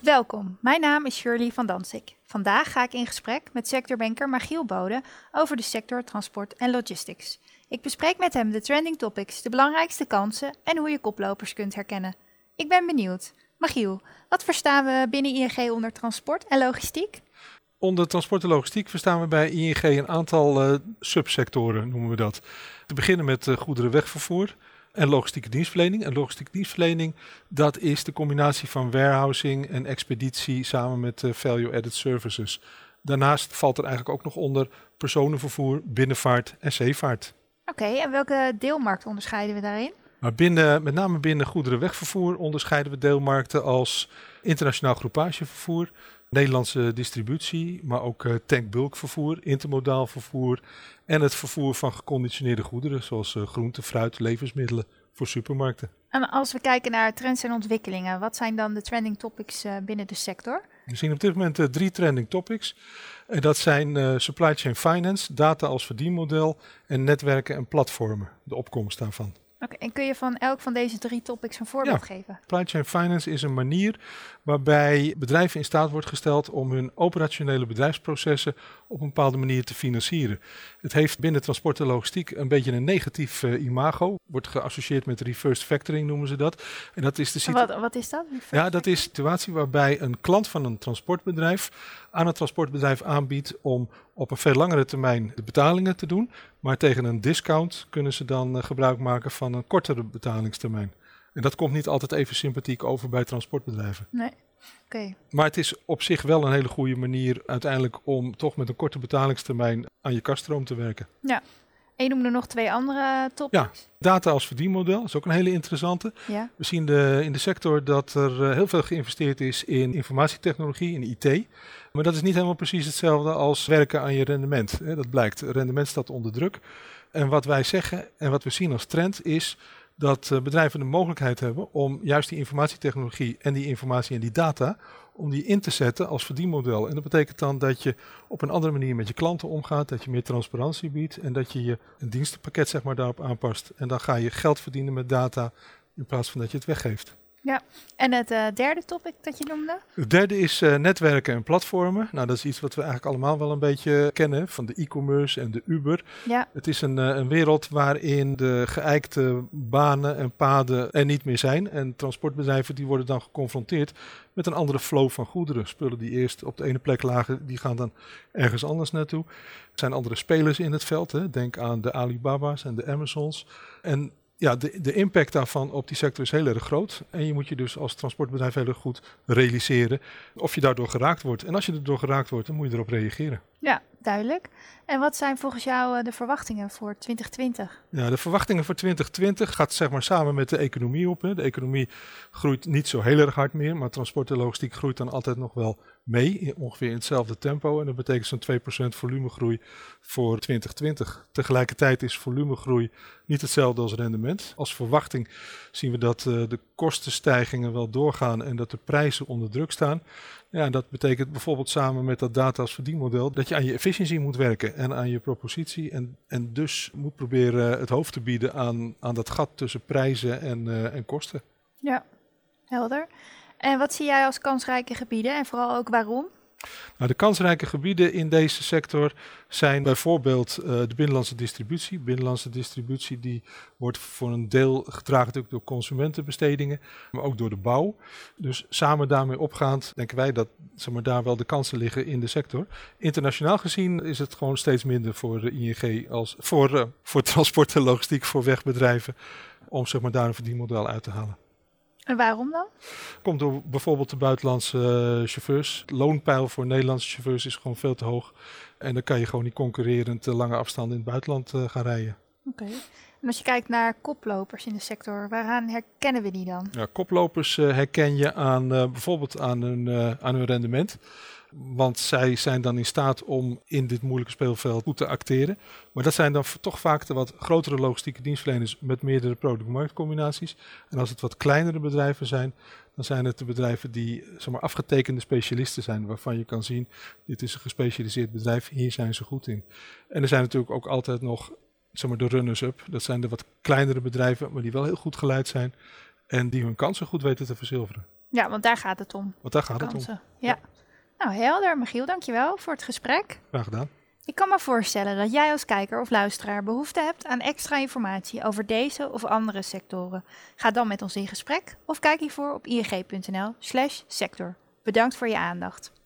Welkom, mijn naam is Shirley van Dansik. Vandaag ga ik in gesprek met sectorbanker Michiel Bode over de sector transport en logistics. Ik bespreek met hem de trending topics, de belangrijkste kansen en hoe je koplopers kunt herkennen. Ik ben benieuwd. Michiel, wat verstaan we binnen ING onder transport en logistiek? Onder transport en logistiek verstaan we bij ING een aantal subsectoren, noemen we dat. Te beginnen met goederenwegvervoer en logistieke dienstverlening. En logistieke dienstverlening, dat is de combinatie van warehousing en expeditie samen met value-added services. Daarnaast valt er eigenlijk ook nog onder personenvervoer, binnenvaart en zeevaart. Oké, en welke deelmarkt onderscheiden we daarin? Maar met name binnen goederenwegvervoer onderscheiden we deelmarkten als internationaal groepagevervoer, Nederlandse distributie, maar ook tankbulkvervoer, intermodaal vervoer en het vervoer van geconditioneerde goederen zoals groente, fruit, levensmiddelen voor supermarkten. En als we kijken naar trends en ontwikkelingen, wat zijn dan de trending topics binnen de sector? We zien op dit moment 3 trending topics. En dat zijn supply chain finance, data als verdienmodel en netwerken en platformen, de opkomst daarvan. Oké, en kun je van elk van deze 3 topics een voorbeeld geven? Supply chain finance is een manier waarbij bedrijven in staat wordt gesteld om hun operationele bedrijfsprocessen op een bepaalde manier te financieren. Het heeft binnen transport en logistiek een beetje een negatief imago. Wordt geassocieerd met reverse factoring, noemen ze dat. En dat is Wat is dat? Dat is de situatie waarbij een klant van een transportbedrijf aan het transportbedrijf aanbiedt om op een veel langere termijn de betalingen te doen. Maar tegen een discount kunnen ze dan gebruik maken van een kortere betalingstermijn. En dat komt niet altijd even sympathiek over bij transportbedrijven. Nee. Okay. Maar het is op zich wel een hele goede manier uiteindelijk om toch met een korte betalingstermijn aan je kasstroom te werken. Ja. En je noemde nog 2 andere topics. Ja, data als verdienmodel is ook een hele interessante. Ja. We zien in de sector dat er heel veel geïnvesteerd is in informatietechnologie, in IT. Maar dat is niet helemaal precies hetzelfde als werken aan je rendement. Dat blijkt, rendement staat onder druk. En wat wij zeggen en wat we zien als trend is dat bedrijven de mogelijkheid hebben om juist die informatietechnologie en die informatie en die data, om die in te zetten als verdienmodel. En dat betekent dan dat je op een andere manier met je klanten omgaat, dat je meer transparantie biedt en dat je een dienstenpakket daarop aanpast. En dan ga je geld verdienen met data in plaats van dat je het weggeeft. Ja, en het derde topic dat je noemde? Het derde is netwerken en platformen. Nou, dat is iets wat we eigenlijk allemaal wel een beetje kennen van de e-commerce en de Uber. Ja. Het is een wereld waarin de geëikte banen en paden er niet meer zijn. En transportbedrijven die worden dan geconfronteerd met een andere flow van goederen. Spullen die eerst op de ene plek lagen, die gaan dan ergens anders naartoe. Er zijn andere spelers in het veld. Hè. Denk aan de Alibaba's en de Amazons. En ja, de impact daarvan op die sector is heel erg groot. En je moet je dus als transportbedrijf heel erg goed realiseren of je daardoor geraakt wordt. En als je erdoor geraakt wordt, dan moet je erop reageren. Ja, duidelijk. En wat zijn volgens jou de verwachtingen voor 2020? Ja, de verwachtingen voor 2020 gaat zeg maar samen met de economie op. Hè. De economie groeit niet zo heel erg hard meer, maar transport en logistiek groeit dan altijd nog wel mee, ongeveer in hetzelfde tempo. En dat betekent zo'n 2% volumegroei voor 2020. Tegelijkertijd is volumegroei niet hetzelfde als rendement. Als verwachting zien we dat de kostenstijgingen wel doorgaan en dat de prijzen onder druk staan. Ja, dat betekent bijvoorbeeld samen met dat data als verdienmodel dat je aan je efficiëntie moet werken en aan je propositie. En dus moet proberen het hoofd te bieden aan dat gat tussen prijzen en kosten. Ja, helder. En wat zie jij als kansrijke gebieden en vooral ook waarom? Nou, de kansrijke gebieden in deze sector zijn bijvoorbeeld de binnenlandse distributie. Binnenlandse distributie die wordt voor een deel gedragen natuurlijk door consumentenbestedingen, maar ook door de bouw. Dus samen daarmee opgaand denken wij dat daar wel de kansen liggen in de sector. Internationaal gezien is het gewoon steeds minder voor de ING als voor transport en logistiek, voor wegbedrijven, om daar een verdienmodel uit te halen. En waarom dan? Komt door bijvoorbeeld de buitenlandse chauffeurs. Het loonpeil voor Nederlandse chauffeurs is gewoon veel te hoog. En dan kan je gewoon niet concurrerend lange afstanden in het buitenland gaan rijden. Oké. En als je kijkt naar koplopers in de sector, waaraan herkennen we die dan? Ja, koplopers herken je aan bijvoorbeeld aan hun rendement. Want zij zijn dan in staat om in dit moeilijke speelveld goed te acteren. Maar dat zijn dan toch vaak de wat grotere logistieke dienstverleners met meerdere product-marktcombinaties. En als het wat kleinere bedrijven zijn, dan zijn het de bedrijven die afgetekende specialisten zijn. Waarvan je kan zien, dit is een gespecialiseerd bedrijf, hier zijn ze goed in. En er zijn natuurlijk ook altijd nog de runners-up. Dat zijn de wat kleinere bedrijven, maar die wel heel goed geleid zijn. En die hun kansen goed weten te verzilveren. Ja, want daar gaat het om. Want daar gaat het om. Kansen. Ja. Nou, helder. Michiel, dankjewel voor het gesprek. Graag gedaan. Ik kan me voorstellen dat jij als kijker of luisteraar behoefte hebt aan extra informatie over deze of andere sectoren. Ga dan met ons in gesprek of kijk hiervoor op ing.nl/sector. Bedankt voor je aandacht.